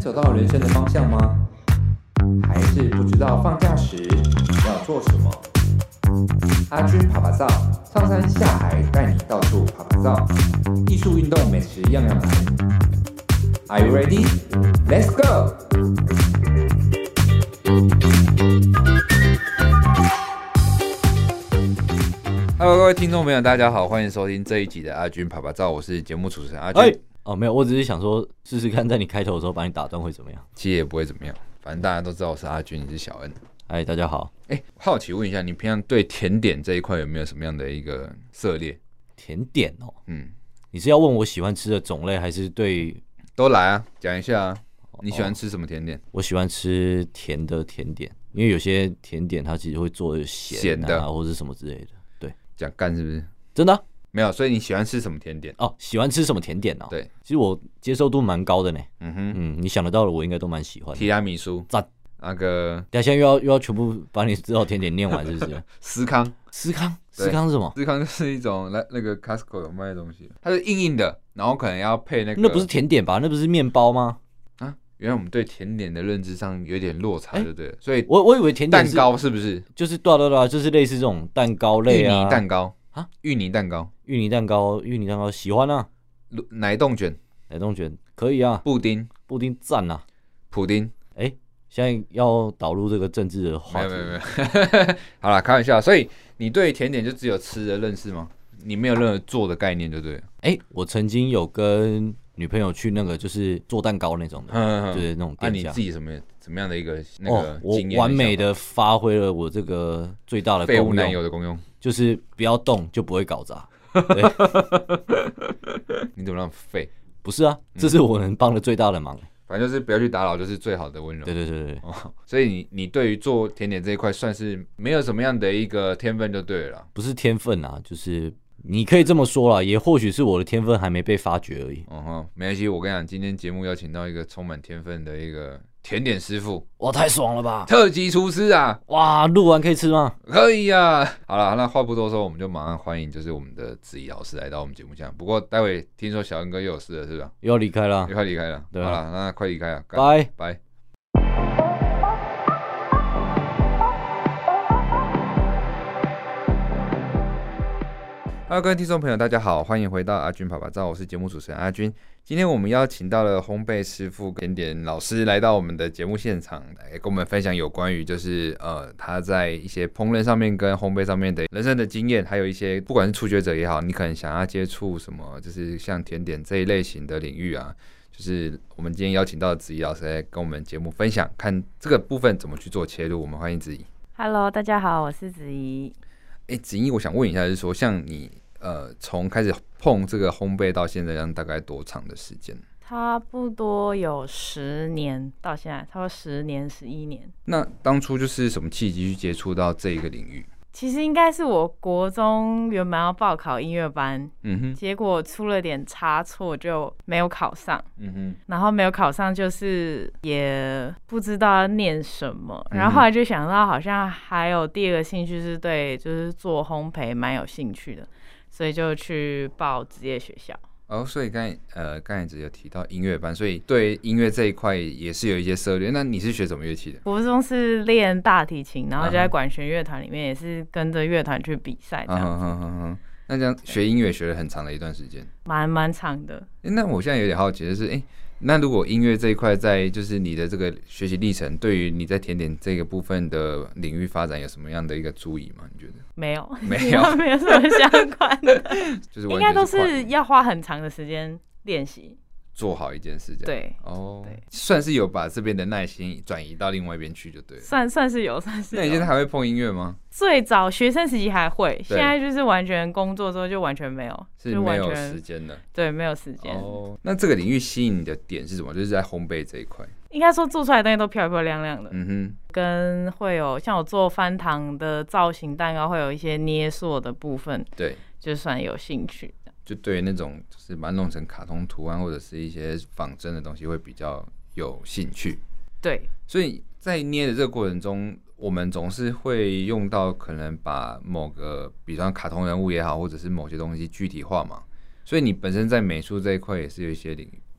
找到人生的方向吗？还是不知道放假时要做什么？阿军爬爬照，上山下海带你到处爬爬照，艺术、运动、美食样样来。Are you ready? Let's go! Hello， 各位听众朋友，大家好，欢迎收听这一集的阿军爬爬照，我是节目主持人阿军。 没有，我只是想说试试看，在你开头的时候把你打断会怎么样？ 其实也不会怎么样，反正大家都知道我是阿军，你是小恩。 嗨，大家好。 好奇问一下，你平常对甜点这一块有没有什么样的一个涉猎？ 甜点哦，你是要问我喜欢吃的种类，还是对？ 都来啊，讲一下啊。你喜欢吃什么甜点？ 我喜欢吃甜的甜点，因为有些甜点它其实会做咸的或者什么之类的。对， 讲干是不是？ 真的没有，所以你喜欢吃什么甜点？ 喜欢吃什么甜点哦？ 对， 其实我接受度蛮高的呢。你想得到的我应该都蛮喜欢的。 提拉米苏， 赞。 那个， 等一下又要全部把你知道甜点念完，是不是？ 司康是什么？ 司康就是一种那个 Costco 有卖的东西，它是硬硬的，然后可能要配那个。 那不是甜点吧？那不是面包吗？ 原来我们对甜点的认知上有点落差，对不对？所以我以为甜点蛋糕是不是？ 就是对，就是类似这种蛋糕类啊。 芋泥蛋糕啊，芋泥蛋糕喜欢啊。 奶冻卷可以啊。 布丁赞啊。 普丁。 现在要导入这个政治的话题。 没有好啦，开玩笑。所以你对甜点就只有吃的认识吗？你没有任何做的概念，对不对？ 我曾经有跟女朋友去那个就是做蛋糕那种的，就是那种店家。 你自己什么样的一个那个经验？ 我完美的发挥了我这个最大的废物男友的功用， 就是不要动就不会搞砸。 你怎么那么废？ 不是啊，这是我能帮的最大的忙。 反正就是不要去打扰，就是最好的温柔。 对。 所以你对于做甜点这一块算是没有什么样的一个天分就对了啦。 不是天分啊，就是你可以这么说啦，也或许是我的天分还没被发掘而已。 没关系，我跟你讲，今天节目邀请到一个充满天分的一个甜点师傅， 哇，太爽了吧！ 特级厨师啊！ 哇，录完可以吃吗？ 可以啊。好了，那话不多说，我们就马上欢迎就是我们的子怡老师来到我们节目上。不过待会听说小恩哥又有事了，是吧？ 又要离开了， 又要离开了。 对， 好了，那快离开了， 拜。 Hello， 各位听众朋友，大家好，欢迎回到阿军爬爬照，我是节目主持人阿军。今天我们邀请到了烘焙师傅甜点老师来到我们的节目现场，来跟我们分享有关于就是他在一些烹饪上面跟烘焙上面的人生的经验，还有一些不管是初学者也好，你可能想要接触什么，就是像甜点这一类型的领域啊，就是我们今天邀请到的子怡老师来跟我们节目分享，看这个部分怎么去做切入。我们欢迎子怡。 Hello， 大家好，我是子怡。 子怡，我想问一下，就是说像你从开始碰这个烘焙到现在，这样大概多长的时间？ 差不多有10年，到现在差不多10年、11年。 那当初就是什么契机去接触到这一个领域？ 其实应该是我国中原本要报考音乐班，结果出了点差错就没有考上，然后没有考上就是也不知道要念什么，然后后来就想到好像还有第二个兴趣是对就是做烘焙蛮有兴趣的，所以就去报职业学校。 所以刚才只有提到音乐班，所以对音乐这一块也是有一些涉猎。那你是学什么乐器的？ 国中是练大提琴，然后就在管弦乐团里面也是跟着乐团去比赛这样子。 那这样学音乐学了很长的一段时间， 蛮长的。 那我现在有点好奇的是，那如果音乐这一块在就是你的这个学习历程，对于你在甜点这个部分的领域发展有什么样的一个注意吗？你觉得？ 没有没有什么相关的， 就是应该都是要花很长的时间练习， 做好一件事这样。 对， 对，算是有把这边的耐心转移到另外一边去就对了。 算是有。 那你现在还会碰音乐吗？ 最早学生时期还会，现在就是完全工作之后就完全没有， 是没有时间的。 对，没有时间。 那这个领域吸引你的点是什么？就是在烘焙这一块。 应该说做出来的东西都漂漂亮亮的，跟会有像我做翻糖的造型蛋糕，会有一些捏塑的部分， 对， 就算有兴趣。 就对于那种就是把它弄成卡通图案或者是一些仿真的东西会比较有兴趣。 对， 所以在捏的这个过程中，我们总是会用到可能把某个，比方卡通人物也好，或者是某些东西具体化嘛。所以你本身在美术这一块也是有一些领域。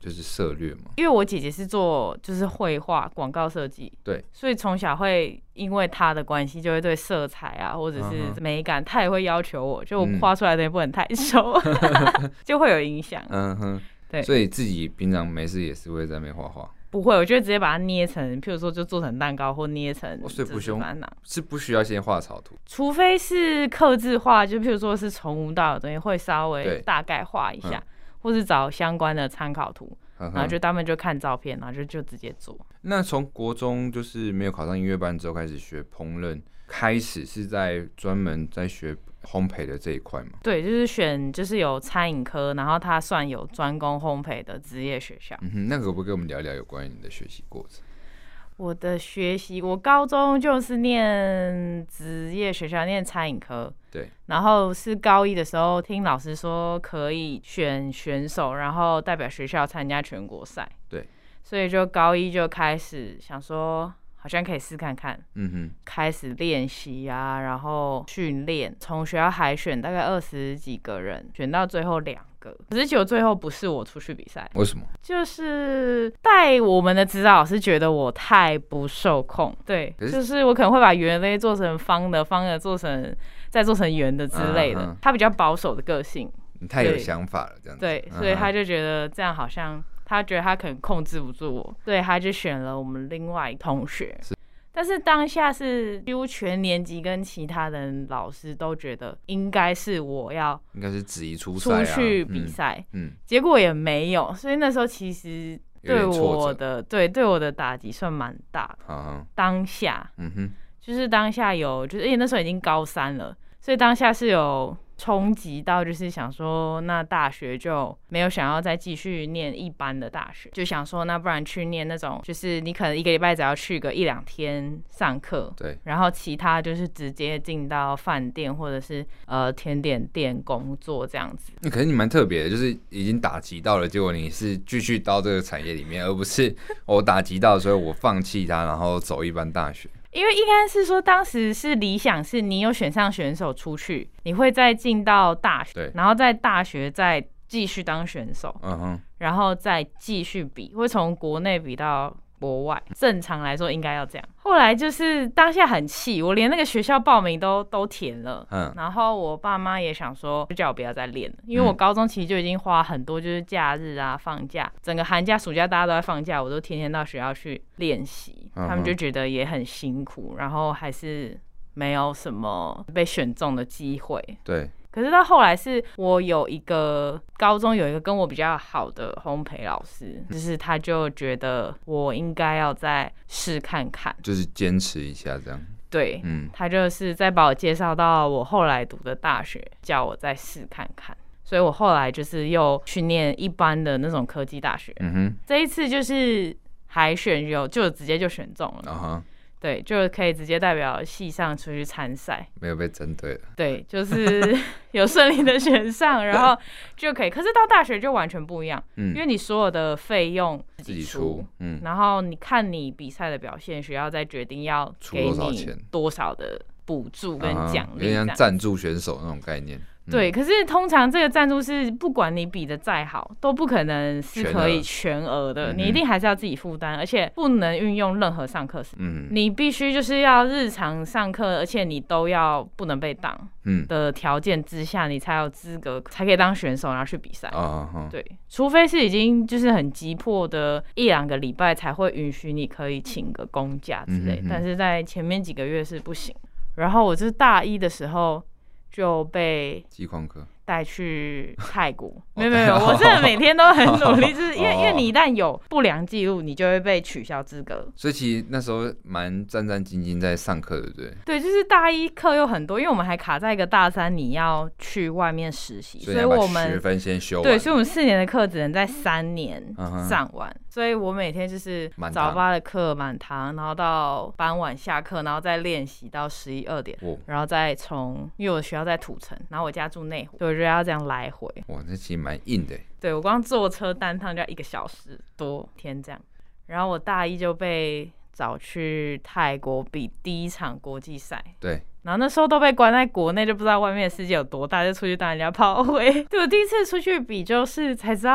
就是涉略吗？ 因为我姐姐是做就是绘画、广告设计， 对， 所以从小会因为她的关系，就会对色彩啊或者是美感，她也会要求我，就我画出来的也不能太熟，就会有影响。对， 所以自己平常没事也是会在那边画画。 不会，我就直接把它捏成，譬如说就做成蛋糕或捏成。 所以不需要先画草图， 除非是客制化，就譬如说是从无到有东西，会稍微大概画一下，或是找相关的参考图，然后就他们就看照片，然后就直接做。 那从国中就是没有考上音乐班之后开始学烹饪，开始是在专门在学烘焙的这一块吗？ 对，就是选就是有餐饮科，然后它算有专攻烘焙的职业学校。 那可不可以跟我们聊聊有关于你的学习过程？ 我的学习，我高中就是念职业学校，念餐饮科。 对。 然后是高一的时候，听老师说可以选选手，然后代表学校参加全国赛。 对。 所以就高一就开始想说，好像可以试看看。开始练习啊，然后训练，从学校海选大概20几个人，选到最后2个。可是结果最后不是我出去比赛。 为什么？ 就是带我们的指导老师觉得我太不受控。对，就是我可能会把圆类做成方的，方的再做成圆的之类的。他比较保守的个性。 你太有想法了，这样子。 对，所以他就觉得这样好像。他觉得他可能控制不住我，对，他就选了我们另外一同学。但是当下是几乎全年级跟其他的老师都觉得应该是我要， 应该是质疑出去比赛，结果也没有，所以那时候其实对我的打击算蛮大的。当下，就是当下有，就是因为那时候已经高3了，所以当下是有。冲击到就是想说，那大学就没有想要再继续念一般的大学，就想说那不然去念那种，就是你可能1个礼拜只要去个1-2天上课， 对， 然后其他就是直接进到饭店或者是甜点店工作这样子。 可是你蛮特别的，就是已经打击到了，结果你是继续到这个产业里面，而不是我打击到，所以我放弃它，然后走一般大学。 因为应该是说，当时是理想是你有选上选手出去，你会再进到大学，然后在大学再继续当选手，然后再继续比，会从国内比到国外。正常来说应该要这样。后来就是当下很气，我连那个学校报名都填了，然后我爸妈也想说，就叫我不要再练了，因为我高中其实就已经花很多，就是假日啊、放假，整个寒假、暑假大家都在放假，我都天天到学校去练习，他们就觉得也很辛苦，然后还是没有什么被选中的机会。 对。 可是到后来是我高中有一个跟我比较好的烘焙老师，就是他就觉得我应该要再试看看， 就是坚持一下这样。 对，他就是再把我介绍到我后来读的大学，叫我再试看看。所以我后来就是又去念一般的那种科技大学。这一次就是海选就直接就选中了。对，就可以直接代表系上出去参赛， 没有被针对了。 对，就是有顺利的选上，然后就可以。可是到大学就完全不一样，因为你所有的费用自己出，然后你看你比赛的表现，学校再决定要给你多少的补助跟奖励， 有点像赞助选手那种概念。 对，可是通常这个赞助是不管你比的再好，都不可能是可以全额的，你一定还是要自己负担，而且不能运用任何上课时间。你必须就是要日常上课，而且你都要不能被当的条件之下，你才有资格才可以当选手，然后去比赛。对，除非是已经就是很急迫的1-2个礼拜才会允许你可以请个公假之类，但是在前面几个月是不行。然后我就是大一的时候就被技矿科带去泰国，没有，我真的每天都很努力，就是因为你一旦有不良记录，你就会被取消资格。 所以其实那时候蛮战战兢兢在上课，对不对？ 对，就是大一课又很多，因为我们还卡在一个大3，你要去外面实习，所以我们学分先修完。 对，所以我们4年的课只能在3年上完，所以我每天就是早8的课满堂，然后到傍晚下课，然后再练习到11、2点，然后再因为我的学校在土城，然后我家住内湖，所以我就要这样来回。 哇，那其实蛮硬的。 对，我光坐车单趟就要1个小时多天这样。然后我大一就被找去泰国比第1场国际赛。 对。 然后那时候都被关在国内，就不知道外面的世界有多大，就出去当人家炮灰。对，我第一次出去比就是才知道，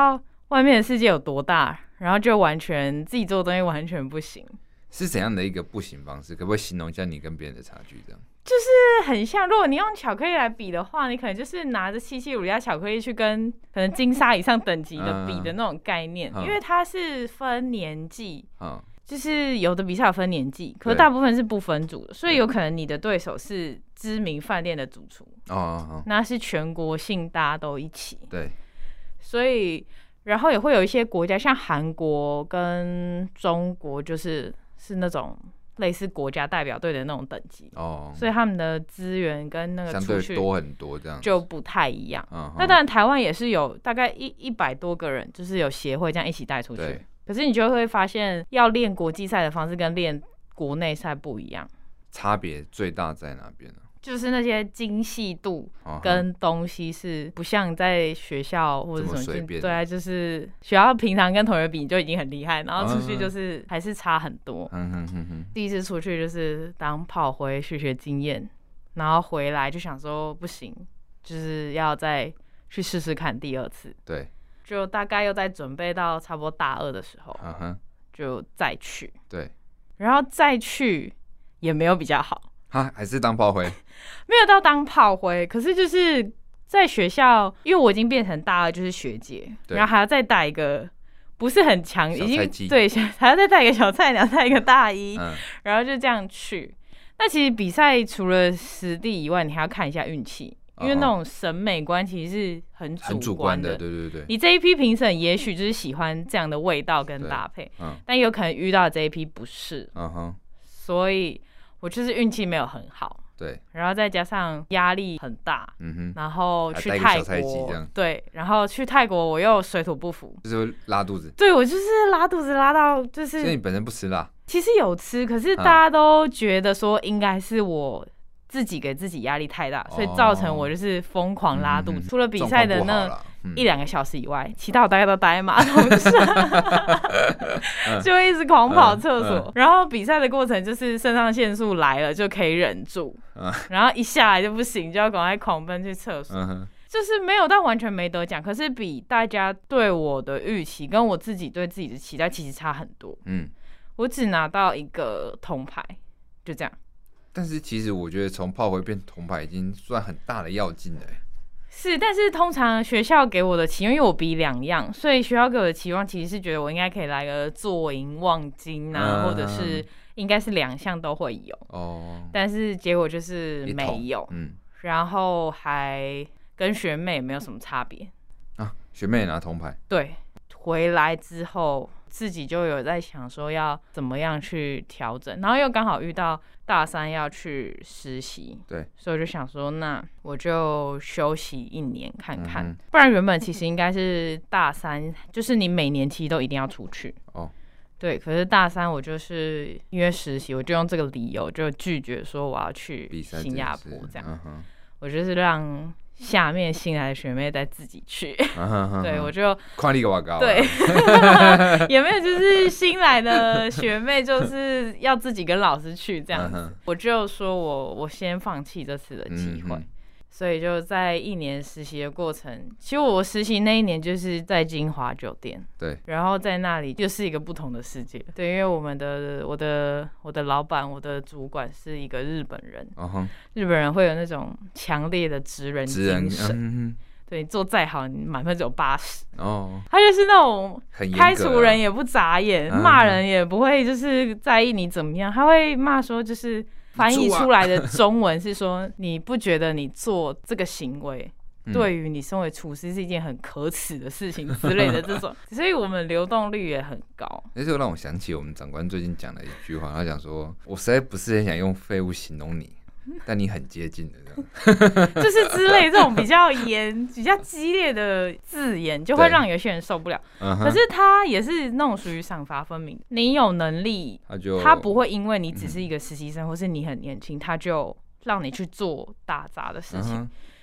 外面的世界有多大，然后就完全自己做的东西完全不行。 是怎样的一个不行方式？可不可以形容一下你跟别人的差距？这样就是很像，如果你用巧克力来比的话，你可能就是拿着777乳加巧克力去跟可能金沙以上等级的比的那种概念，因为它是分年纪，就是有的比赛有分年纪，可是大部分是不分组的，所以有可能你的对手是知名饭店的主厨，那是全国性大家都一起， 对， 所以然后也会有一些国家，像韩国跟中国，就是那种类似国家代表队的那种等级，所以他们的资源跟那个相对多很多，这样就不太一样。那当然台湾也是有大概100多个人，就是有协会这样一起带出去。可是你就会发现，要练国际赛的方式跟练国内赛不一样。 差别最大在哪边呢？ 就是那些精细度跟东西是不像在学校或者什么，对啊，就是学校平常跟同学比就已经很厉害，然后出去就是还是差很多。第一次出去就是当炮灰学经验，然后回来就想说不行，就是要再去试试看第2次。 对， 就大概又在准备到差不多大2的时候，就再去。 对， 然后再去也没有比较好。 还是当炮灰？ 没有到当炮灰，可是就是在学校，因为我已经变成大2，就是学姐，然后还要再带一个不是很强，已经对，还要再带一个小菜鸟，带一个大1，然后就这样去。那其实比赛除了实地以外，你还要看一下运气，因为那种审美观其实是很主观的。 对对对， 你这一批评审也许就是喜欢这样的味道跟搭配，但有可能遇到的这一批不是，所以我就是运气没有很好， 对， 然后再加上压力很大，然后去泰国，对，然后去泰国我又水土不服， 就是拉肚子， 对我就是拉肚子拉到就是， 所以你本身不吃辣， 其实有吃，可是大家都觉得说应该是我自己给自己压力太大，所以造成我就是疯狂拉肚子。除了比赛的那1-2个小时以外，其他我大概都待在马桶上，就会一直狂跑厕所。然后比赛的过程就是肾上腺素来了就可以忍住，然后一下来就不行，就要赶快狂奔去厕所。就是没有到完全没得奖，可是比大家对我的预期跟我自己对自己的期待其实差很多。我只拿到1个铜牌，就这样。 但是其实我觉得从炮灰变铜牌已经算很大的跃进了。 是，但是通常学校给我的期望，因为我比2样，所以学校给我的期望其实是觉得我应该可以来个坐银望金啊，或者是应该是2项都会有。但是结果就是没有。然后还跟学妹也没有什么差别啊。学妹也拿铜牌。对， 回来之后自己就有在想说要怎么样去调整，然后又刚好遇到大3要去实习，对，所以我就想说，那我就休息1年看看，不然原本其实应该是大3，就是你每年其实都一定要出去对，可是大3我就是因为实习，我就用这个理由就拒绝说我要去新加坡这样，我就是让下面新来的学妹再自己去，对，我就看你多高， 对，也没有就是新来的学妹就是要自己跟老师去这样子，我就说我先放弃这次的机会，所以就在1年实习的过程，其实我实习那1年就是在金华酒店，对，然后在那里又是一个不同的世界，对，因为我的老板，我的主管是一个日本人，日本人会有那种强烈的职人精神，对，做再好，你满分只有80，他就是那种开除人也不眨眼，骂人也不会就是在意你怎么样，他会骂说就是翻译出来的中文是说，你不觉得你做这个行为对于你身为厨师是一件很可耻的事情之类的这种，所以我们流动率也很高。 那就让我想起我们长官最近讲的一句话，他讲说，我实在不是很想用废物形容你，但你很接近的这样， 就是之类这种比较比较激烈的字眼，就会让有些人受不了。可是他也是那种属于赏罚分明，你有能力，他不会因为你只是一个实习生，或是你很年轻，他就让你去做打杂的事情。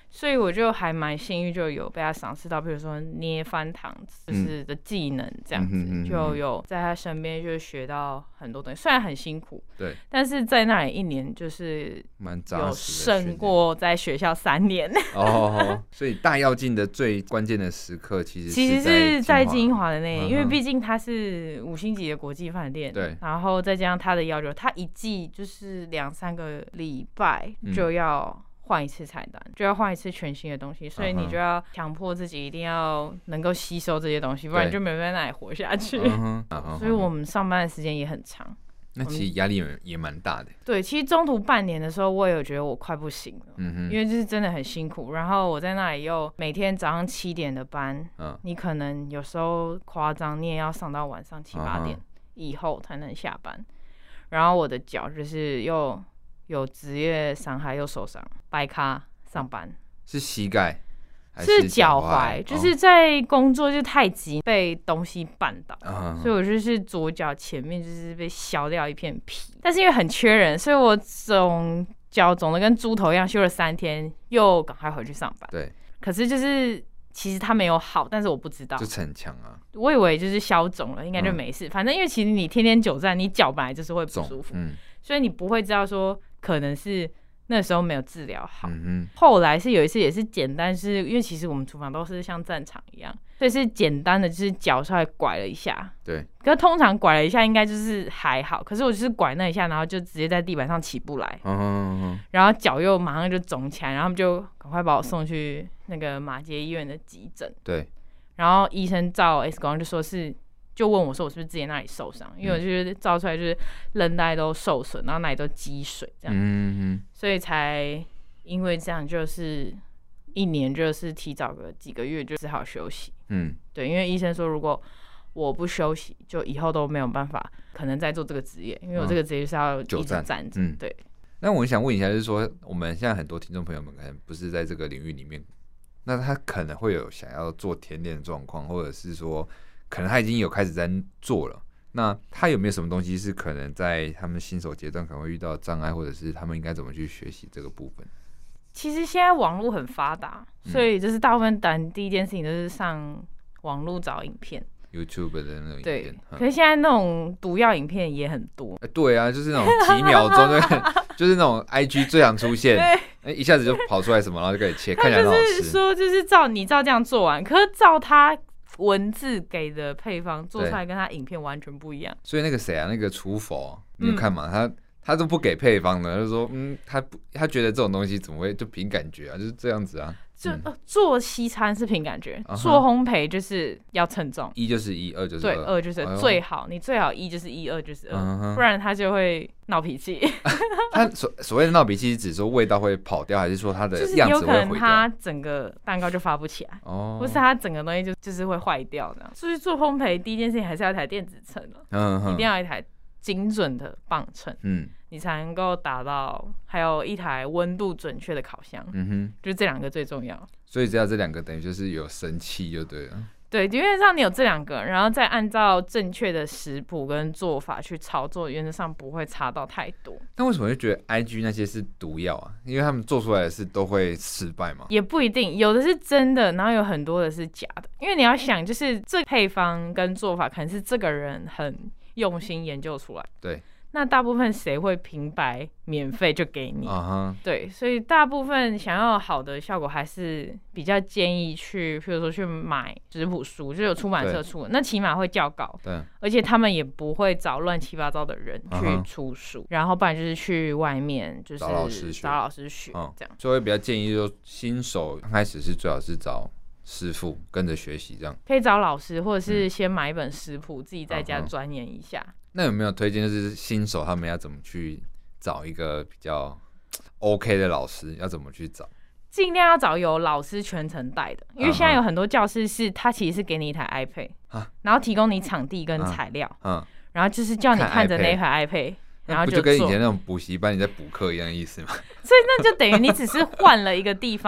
所以我就还蛮幸运，就有被他赏识到，比如说捏翻糖就是的技能这样子，就有在他身边就学到很多东西，虽然很辛苦， 对， 但是在那里1年就是蛮扎实的，有胜过在学校3年。 哦，所以大跃进的最关键的时刻其实是在金华的那因为毕竟它是5星级的国际饭店， 对， 然后再加上它的要求，它一季就是2-3个礼拜就要换一次菜单，就要换一次全新的东西，所以你就要强迫自己一定要能够吸收这些东西，不然就没办法在那里活下去。所以我们上班的时间也很长。 那其实压力也蛮大的。 对，其实中途半年的时候，我也有觉得我快不行了，因为就是真的很辛苦。然后我在那里又每天早上7点的班，你可能有时候夸张，你也要上到晚上7、8点以后才能下班。然后我的脚就是又有职业伤害又受伤，白咖上班。 是膝盖还是脚踝，就是在工作就太急，被东西绊倒，所以我就是左脚前面就是被削掉一片皮。但是因为很缺人，所以我脚肿的跟猪头一样，休了3天，又赶快回去上班。 对， 可是就是其实它没有好，但是我不知道， 就逞强啊。 我以为就是消肿了，应该就没事。反正因为其实你天天久站，你脚本来就是会不舒服，所以你不会知道说可能是那时候没有治疗好。后来是有一次也是简单，是因为其实我们厨房都是像战场一样，所以是简单的，就是脚稍微拐了一下。 对。 可是通常拐了一下应该就是还好，可是我就是拐那一下，然后就直接在地板上起不来。然后脚又马上就肿起来，然后他们就赶快把我送去那个马偕医院的急诊。 对。 然后医生照 X 光就说就问我说我是不是之前那里受伤，因为我就是照出来就是韧带都受损，然后那里都积水这样，所以才因为这样就是1年就是提早个几个月就只好休息。对，因为医生说如果我不休息，就以后都没有办法可能再做这个职业，因为我这个职业是要一直站着。对。 那我想问一下，就是说我们现在很多听众朋友们可能不是在这个领域里面，那他可能会有想要做甜点的状况，或者是说可能他已经有开始在做了，那他有没有什么东西是可能在他们新手阶段可能会遇到障碍，或者是他们应该怎么去学习这个部分？ 其实现在网络很发达，所以就是大部分人第一件事情都是上网络找影片 ，YouTube 的那种影片。对， 可是现在那种毒药影片也很多。 对啊，就是那种几秒钟就是那种 IG 最常出现，一下子就跑出来什么，然后就可以切，看起来很好吃。 就是说，就是照这样做完，可是照他文字给的配方做出来跟他影片完全不一样。 所以那个谁啊，那个厨佛，你有看吗？他都不给配方的，就说他觉得这种东西怎么会就凭感觉啊，就是这样子啊。 就做西餐是凭感觉，做烘焙就是要称重 ，1就是1，2就是2， 对，2就是最好，你最好1就是1，2就是2，不然他就会闹脾气。 他所谓的闹脾气是指说味道会跑掉，还是说他的样子会毁掉？ 就是有可能他整个蛋糕就发不起来，或是他整个东西就是会坏掉的。所以做烘焙第一件事情还是要一台电子秤的，一定要一台精准的磅秤，你才能够达到，还有一台温度准确的烤箱，就是这2个最重要。 所以只要这2个等于就是有神器就对了。 对，原则上你有这2个，然后再按照正确的食谱跟做法去操作，原则上不会差到太多。 那为什么会觉得 IG 那些是毒药啊？因为他们做出来的事都会失败吗？ 也不一定，有的是真的，然后有很多的是假的。因为你要想，就是这配方跟做法可能是这个人很用心研究出来。 对。 那大部分谁会平白免费就给你？对，所以大部分想要好的效果，还是比较建议去，譬如说去买食谱书，就有出版社出的，那起码会校稿， 对， 而且他们也不会找乱七八糟的人去出书，然后不然就是去外面就是找老师学，这样。 所以会比较建议，就新手刚开始是最好是找师傅跟着学习，这样可以找老师，或者是先买一本食谱，自己在家钻研一下。 那有没有推荐，就是新手他们要怎么去找一个比较 OK 的老师，要怎么去找？ 尽量要找有老师全程带的，因为现在有很多教室是他其实是给你一台 iPad，然后提供你场地跟材料，然后就是叫你看着那台 iPad，然后不就跟以前那种补习班你在补课一样的意思吗？ 所以那就等于你只是换了一个地方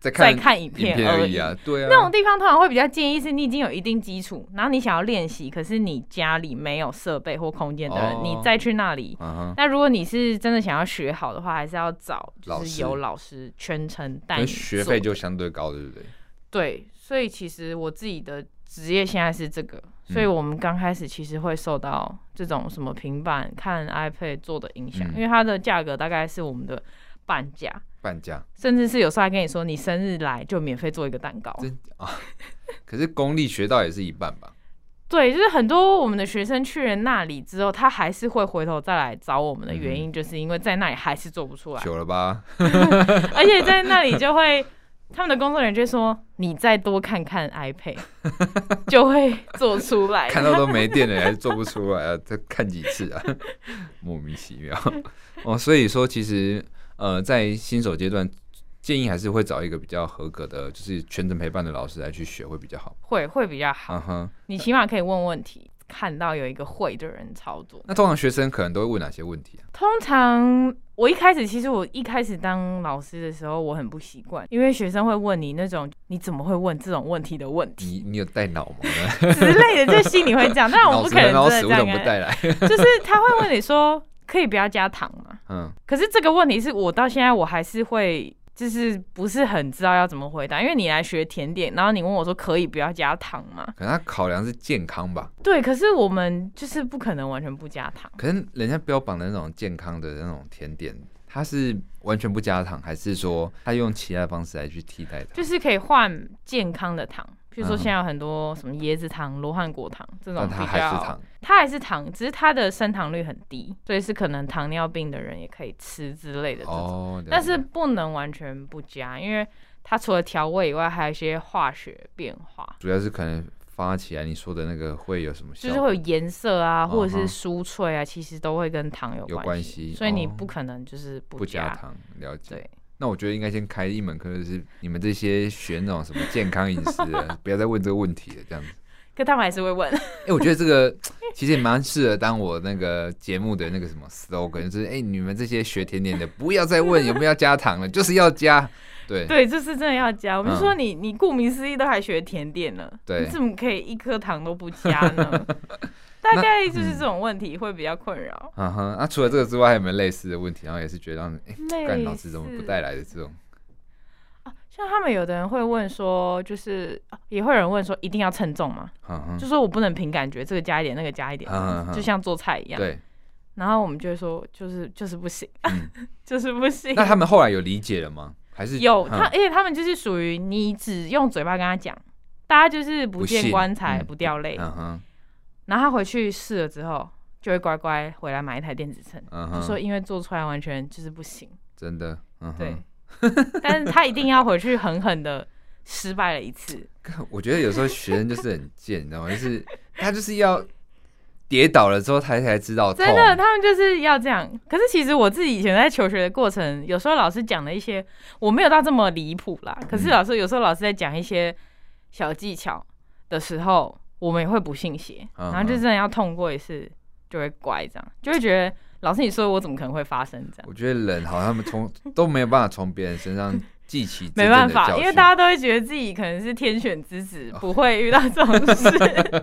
在看影片而已啊。对啊， 那种地方通常会比较建议是你已经有一定基础，然后你想要练习，可是你家里没有设备或空间的人，你再去那里。那如果你是真的想要学好的话，还是要找就是有老师全程带你做。 学费就相对高，对不对？ 对，所以其实我自己的职业现在是这个，所以我们刚开始其实会受到这种什么平板看 iPad 做的影响，因为它的价格大概是我们的半价，甚至是有时候还跟你说你生日来就免费做一个蛋糕。 可是功力学到也是一半吧？ 对，就是很多我们的学生去了那里之后，他还是会回头再来找我们的原因，就是因为在那里还是做不出来， 久了吧？ 而且在那里就会。他们的工作人员就说：“你再多看看 iPad， 就会做出来。” 看到都没电了，还是做不出来啊？再看几次啊？莫名其妙所以说，其实在新手阶段，建议还是会找一个比较合格的，就是全程陪伴的老师来去学会比较好。会比较好。你起码可以问问题。看到有一个会的人操作， 那通常学生可能都会问哪些问题啊？ 通常我一开始当老师的时候，我很不习惯，因为学生会问你那种你怎么会问这种问题的问题？ 你有带脑吗？ 之类的，就心里会这样。但我不可能真的这样。 不带来？ 就是他会问你说，可以不要加糖吗？可是这个问题是我到现在我还是会。就是不是很知道要怎么回答，因为你来学甜点，然后你问我说可以不要加糖吗？ 可能他考量是健康吧。 对，可是我们就是不可能完全不加糖。 可是人家标榜的那种健康的那种甜点，它是完全不加糖，还是说他用其他方式来去替代它？ 就是可以换健康的糖，比如说现在有很多什么椰子糖、罗汉果糖这种比较，它还是糖，只是它的升糖率很低，所以是可能糖尿病的人也可以吃之类的这种，但是不能完全不加，因为它除了调味以外，还有一些化学变化。 主要是可能发起来你说的那个会有什么效果？ 就是会有颜色啊，或者是酥脆啊，其实都会跟糖有关系，所以你不可能就是不加糖。了解。 对。 那我觉得应该先开一门课，就是你们这些学那种什么健康饮食的，不要再问这个问题了，这样子。 可他们还是会问。 我觉得这个其实也蛮适合当我那个节目的那个什么 slogan， 就是你们这些学甜点的，不要再问有没有要加糖了，就是要加。对，就是真的要加。我们就说你顾名思义都还学甜点了， 对， 你怎么可以一颗糖都不加呢？大概就是这种问题会比较困扰。 那除了这个之外，还有没有类似的问题？然后也是觉得干老师怎么不带来的这种？ 像他们有的人会问说，就是也会有人问说，一定要称重吗？就说我不能凭感觉，这个加一点，那个加一点，就像做菜一样。 对。 然后我们就会说，就是不行，就是不行。 那他们后来有理解了吗？还是有而且他们就是属于你只用嘴巴跟他讲，大家就是不见棺材不掉泪。然后他回去试了之后，就会乖乖回来买一台电子秤，就说因为做出来完全就是不行， 真的。 对。但是他一定要回去狠狠的失败了一次。 我觉得有时候学生就是很贱，你知道吗？就是他就是要跌倒了之后他才知道痛。 真的，他们就是要这样。可是其实我自己以前在求学的过程，有时候老师讲的一些，我没有到这么离谱啦。可是有时候老师在讲一些小技巧的时候，我们也会不信邪，然后就真的要痛过一次就会乖，这样就会觉得老师你说我怎么可能会发生这样？ 我觉得人好像他们都没有办法从别人身上记起真正的没办法，因为大家都会觉得自己可能是天选之子，不会遇到这种事。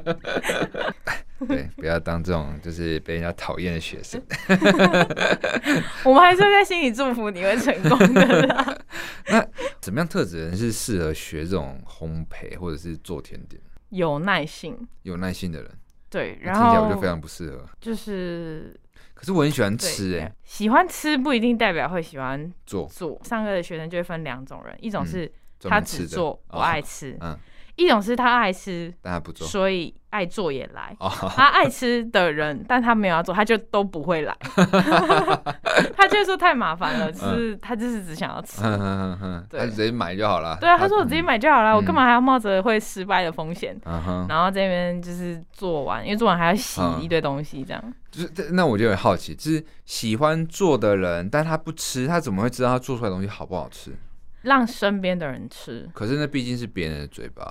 对，不要当这种就是被人家讨厌的学生。 我们还是会在心里祝福你会成功的啦。 那什么样特质的人是适合学这种烘焙或者是做甜点？ 有耐性的人。 对，然后听起来我就非常不适合。 就是， 可是我很喜欢吃喜欢吃不一定代表会喜欢做。 上课的学生就会分两种人，一种是他只做不爱吃，一种是他爱吃， 但他不做， 所以爱做也来。他爱吃的人，但他没有要做，他就都不会来。他就说太麻烦了，他就是只想要吃。 他直接买就好了。 对啊，他说我直接买就好了，我干嘛还要冒着会失败的风险？然后这边就是做完，因为做完还要洗一堆东西，这样。 就是那我就很好奇，就是喜欢做的人，但他不吃，他怎么会知道他做出来的东西好不好吃？ 让身边的人吃， 可是那毕竟是别人的嘴巴。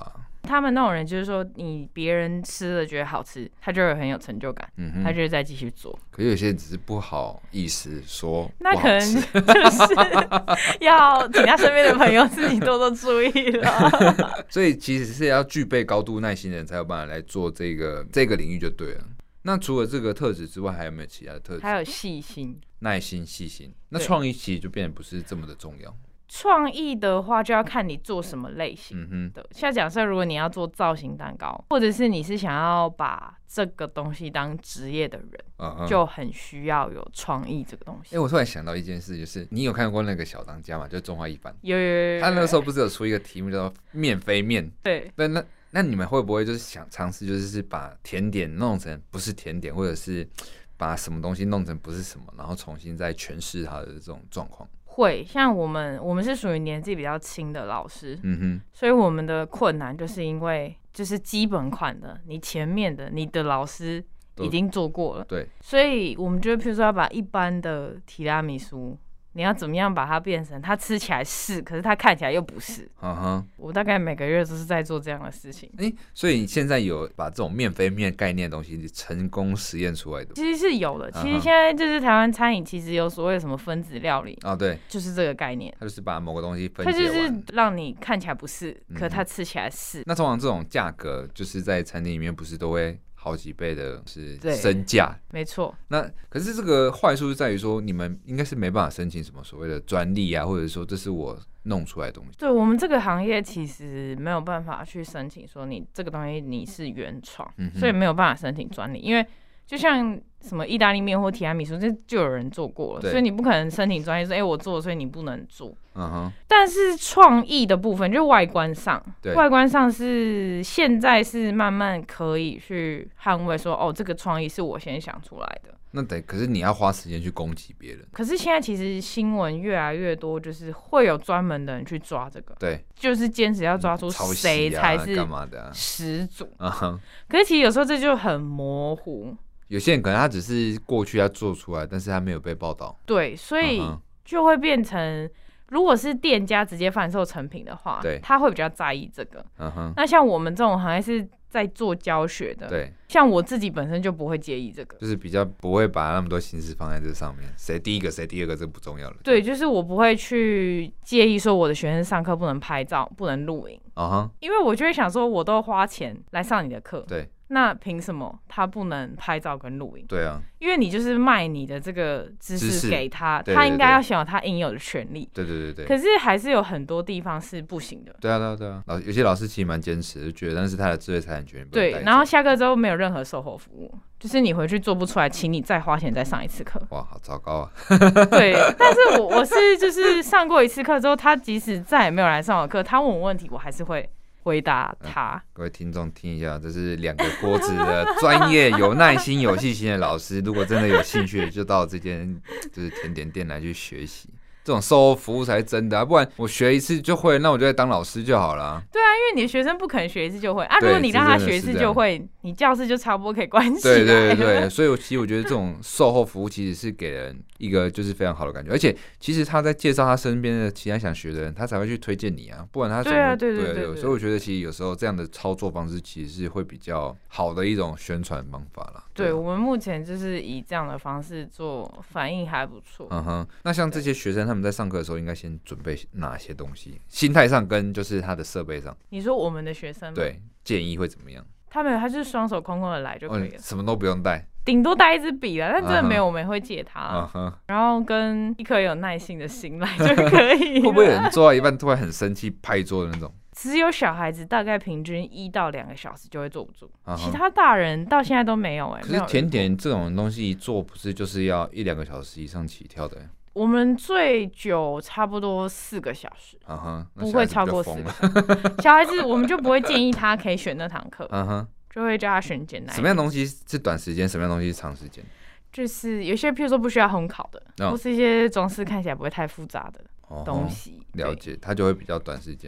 他们那种人就是说，你别人吃了觉得好吃，他就会很有成就感，他就会再继续做。 可是有些人只是不好意思说， 那可能就是要请他身边的朋友自己多多注意了。 所以其实是要具备高度耐心的人才有办法来做这个领域就对了。那除了这个特质之外，还有没有其他的特质？ 还有细心、 耐心、细心。那创意其实就变得不是这么的重要。 创意的话，就要看你做什么类型的。像假设如果你要做造型蛋糕，或者是你是想要把这个东西当职业的人，就很需要有创意这个东西。 我突然想到一件事，就是你有看过那个小当家吗？就是中华一番。 有。 他那个时候不是有出一个题目叫做面非面？ 对。 那你们会不会就是想尝试，就是把甜点弄成不是甜点，或者是把什么东西弄成不是什么，然后重新再诠释它的这种状况？ 会，像我们是属于年纪比较轻的老师，所以我们的困难就是因为就是基本款的，你前面的你的老师已经做过了， 对， 所以我们就譬如说要把一般的提拉米苏，你要怎么样把它变成它吃起来是，可是它看起来又不是。我大概每个月都是在做这样的事情。 所以你现在有把这种面非面概念的东西成功实验出来的？ 其实是有的。其实现在就是台湾餐饮其实有所谓的什么分子料理对， 就是这个概念。 它就是把某个东西分解完， 它就是让你看起来不是，可是它吃起来是。 那通常这种价格就是在餐厅里面不是都会好几倍的是身价？ 没错。 那可是这个坏处是在于说，你们应该是没办法申请什么所谓的专利啊，或者说这是我弄出来的东西。 对，我们这个行业其实没有办法去申请说你这个东西你是原创，所以没有办法申请专利，因为就像什么意大利面或提拉米苏，这就有人做过了，所以你不可能申请专利说，我做，所以你不能做。但是创意的部分，就是外观上是现在是慢慢可以去捍卫说，这个创意是我先想出来的。 那可是你要花时间去攻击别人。 可是现在其实新闻越来越多，就是会有专门的人去抓这个， 对， 就是坚持要抓出谁才是始祖。可是其实有时候这就很模糊。 有些人可能他只是过去要做出来，但是他没有被报道。 对，所以就会变成，如果是店家直接贩售成品的话，他会比较在意这个。那像我们这种行业是在做教学的， 对， 像我自己本身就不会介意这个， 就是比较不会把那么多心思放在这上面，谁第一个谁第二个这不重要了。 对，就是我不会去介意说我的学生上课不能拍照、不能录影，因为我就会想说，我都花钱来上你的课， 对。 那凭什么他不能拍照跟录影？ 对啊， 因为你就是卖你的这个知识给他，他应该要享有他应有的权利。 对。 可是还是有很多地方是不行的。 对啊。有些老师其实蛮坚持的，就觉得但是他的智慧财产权对，然后下课之后没有任何售后服务，就是你回去做不出来，请你再花钱再上一次课。 哇，好糟糕啊！ 对，但是我是就是上过一次课之后，他即使再也没有来上我课，他问我问题，我还是会回答他。 各位听众听一下，这是2个锅子的专业、有耐心、有细心的老师。如果真的有兴趣，就到这间就是甜点店来去学习。这种售后服务才是真的不然我学一次就会，那我就在当老师就好了。 对啊，因为你的学生不可能学一次就会啊。如果你让他学一次就会，你教室就差不多可以关起来。 对，所以其实我觉得这种售后服务其实是给人一个就是非常好的感觉，而且其实他在介绍他身边的其他想学的人，他才会去推荐你啊，不然他怎么对。所以我觉得其实有时候这样的操作方式其实是会比较好的一种宣传方法啦。 对，我们目前就是以这样的方式做，反应还不错。 那像这些学生他们在上课的时候应该先准备哪些东西？心态上跟就是他的设备上。 你说我们的学生吗？ 对，建议会怎么样？ 他就是双手空空的来就可以了， 什么都不用带， 顶多带一支笔了，但真的没有我们会借他，然后跟一颗有耐心的心来就可以了。 会不会有人做到一半突然很生气拍桌的那种？ 只有小孩子大概平均1到2个小时就会坐不住，其他大人到现在都没有。 可是甜点这种东西一做不是就是要1-2个小时以上起跳的？ 我们最久差不多4个小时，不会超过4个小时。小孩子我们就不会建议他可以选那堂课，就会叫他选简单。 什么样的东西是短时间，什么样的东西是长时间？ 就是有些譬如说不需要烘烤的，或是一些装饰看起来不会太复杂的东西。 了解，它就会比较短时间。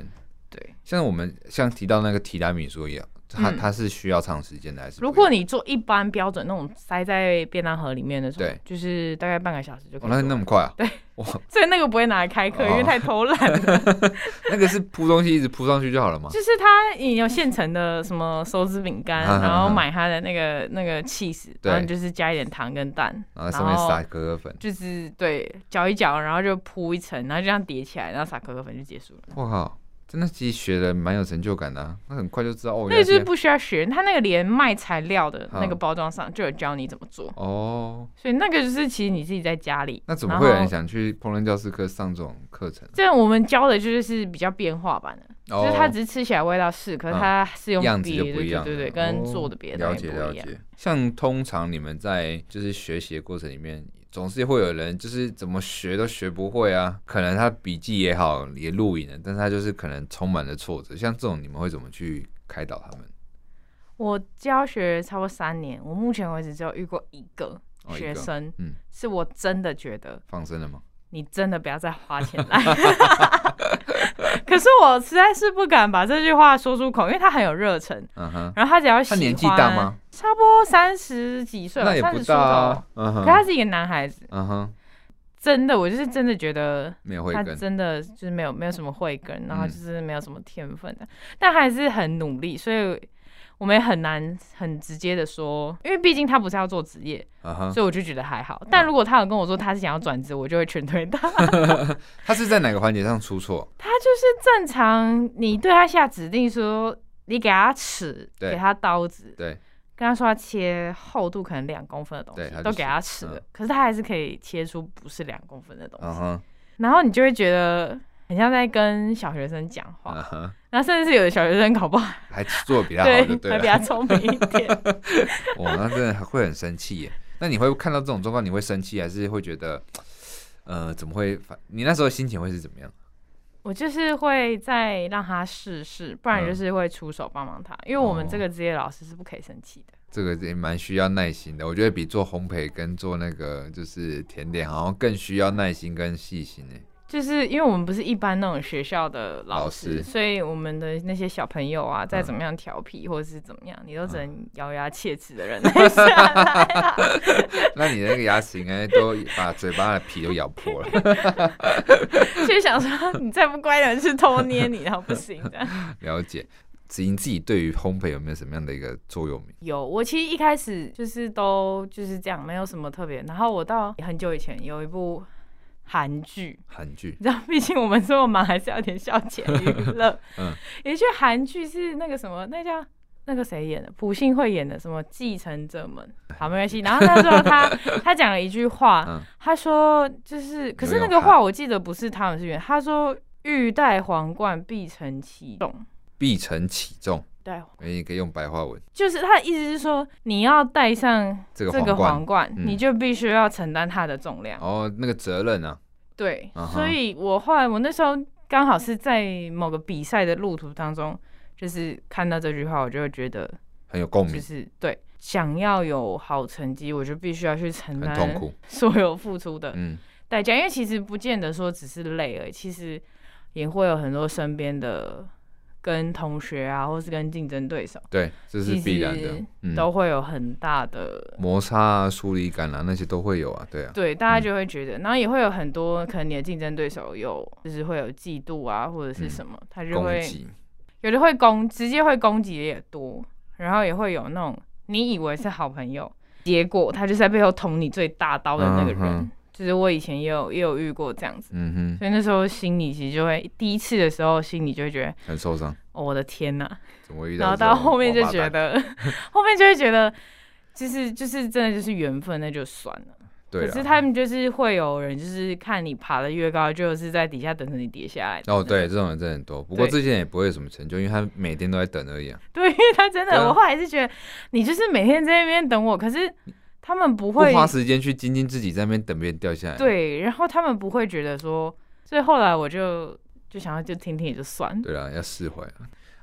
对， 像我们提到那个提拉米苏一样，它是需要长时间的还是？ 如果你做一般标准那种塞在便当盒里面的时候，对，就是大概半个小时就可以。 那么快啊？ 对，所以那个不会拿来开课，因为太偷懒了。 那个是铺东西一直铺上去就好了吗？ 就是你有现成的什么手指饼干，然后买它的那个cheese，然后你就是加一点糖跟蛋， 然后上面撒可可粉， 就是对搅一搅，然后就铺一层，然后就这样叠起来，然后撒可可粉就结束了。 哇靠！真的其实学的蛮有成就感的啊，那很快就知道哦。 那个就是不需要学，他那个连卖材料的那个包装上就有教你怎么做哦。所以那个就是其实你自己在家里。 那怎么会有人想去烹饪教室课上这种课程？ 这样我们教的就是比较变化版的，就是它只是吃起来味道是，可是它是用样子就不一样， 对，跟做的别的了解。像通常你们在就是学习的过程里面，总是会有人就是怎么学都学不会啊，可能他笔记也好也录影了，但是他就是可能充满了挫折。像这种你们会怎么去开导他们？ 我教学超过3年，我目前为止只有遇过一个学生，是我真的觉得放生了吗？ 你真的不要再花钱来。可是我实在是不敢把这句话说出口，因为他很有热忱。然后他只要喜欢， 他年纪大吗？ 差不多30几岁， 那也不大啊。 可他是一个男孩子。真的，我就是真的觉得他真的就是没有什么慧根，然后就是没有什么天分的，但还是很努力，所以我们也很难很直接的说，因为毕竟他不是要做职业，所以我就觉得还好。但如果他有跟我说他是想要转职，我就会劝退他。 他是在哪个环节上出错？ 他就是正常，你对他下指令说，你给他尺，给他刀子， 对， 跟他说要切厚度可能2公分的东西，都给他尺了，可是他还是可以切出不是2公分的东西。然后你就会觉得很像在跟小学生讲话，然后甚至是有的小学生搞不好还做的比他好， 对，还比他聪明一点。 哇，那真的会很生气耶。那你会看到这种状况，你会生气，还是会觉得，怎么会？你那时候心情会是怎么样？ 我就是会再让他试试，不然就是会出手帮忙他，因为我们这个职业老师是不可以生气的。 这个也蛮需要耐心的，我觉得比做烘焙跟做那个就是甜点，好像更需要耐心跟细心诶。 就是因为我们不是一般那种学校的老师，所以我们的那些小朋友啊，再怎么样调皮或者是怎么样，你都只能咬牙切齿的忍耐下来啦。 那你那个牙齿应该都把嘴巴的皮都咬破了。 就想说你再不乖的人是偷捏你，然后不行的。 了解。子莹自己对于烘焙有没有什么样的一个座右铭？ 有，我其实一开始就是都就是这样，没有什么特别。然后我到很久以前有一部韩剧，你知道，毕竟我们这么忙，还是要点消遣娱乐。有一句韩剧是那个什么，那叫那个谁演的，朴信惠演的什么《继承者们》。好，没关系。然后那时候他讲了一句话，他说就是，可是那个话我记得不是他们是原，他说欲戴皇冠必承其重。 必承其重， 对， 你可以用白话文， 就是他的意思是说，你要戴上这个皇冠，你就必须要承担它的重量。 哦，那个责任啊。 对，所以我后来我那时候刚好是在某个比赛的路途当中，就是看到这句话，我就会觉得很有共鸣， 就是对，想要有好成绩，我就必须要去承担很痛苦所有付出的代价，因为其实不见得说只是累而已，其实也会有很多身边的。跟同学啊，或是跟竞争对手， 对，这是必然的， 都会有很大的摩擦啊、疏离感啊，那些都会有啊，对啊， 对，大家就会觉得，然后也会有很多可能你的竞争对手就是会有嫉妒啊，或者是什么，他就会有的会直接会攻击的也多，然后也会有那种你以为是好朋友，结果他就是在背后捅你最大刀的那个人。就是我以前也有遇过这样子，所以那时候心里其实就会第一次的时候，心里就会觉得很受伤。 我的天哪！ 怎么会遇到？ 然后到后面就觉得，后面就会觉得，就是真的就是缘分，那就算了。 对。 可是他们就是会有人，就是看你爬得越高，就是在底下等着你跌下来。 哦，对，这种人真的很多。不过这些人也不会有什么成就，因为他每天都在等而已啊。 对，因为他真的，我后来是觉得，你就是每天在那边等我，可是。他们不会花时间去精进自己，在那边等别人掉下来。 对，然后他们不会觉得说，所以后来我就想要就听听也就算。 对啦，要释怀啊。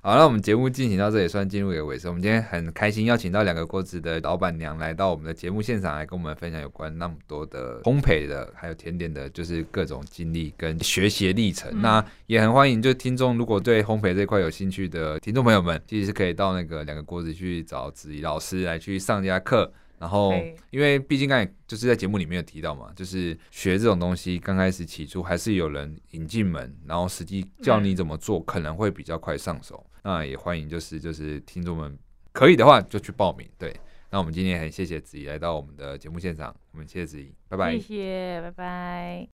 好，那我们节目进行到这里，算进入一个尾声。我们今天很开心邀请到2个锅子的老板娘来到我们的节目现场，来跟我们分享有关那么多的烘焙的，还有甜点的，就是各种经历跟学习的历程。那也很欢迎，就听众如果对烘焙这一块有兴趣的听众朋友们，其实是可以到那个2个锅子去找子怡老师来去上一下课。然后，因为毕竟刚才就是在节目里面有提到嘛，就是学这种东西刚开始起初还是有人引进门，然后实际教你怎么做，可能会比较快上手。那也欢迎就是听众们可以的话就去报名。对，那我们今天很谢谢子怡来到我们的节目现场，我们谢谢子怡，拜拜。 谢谢，拜拜。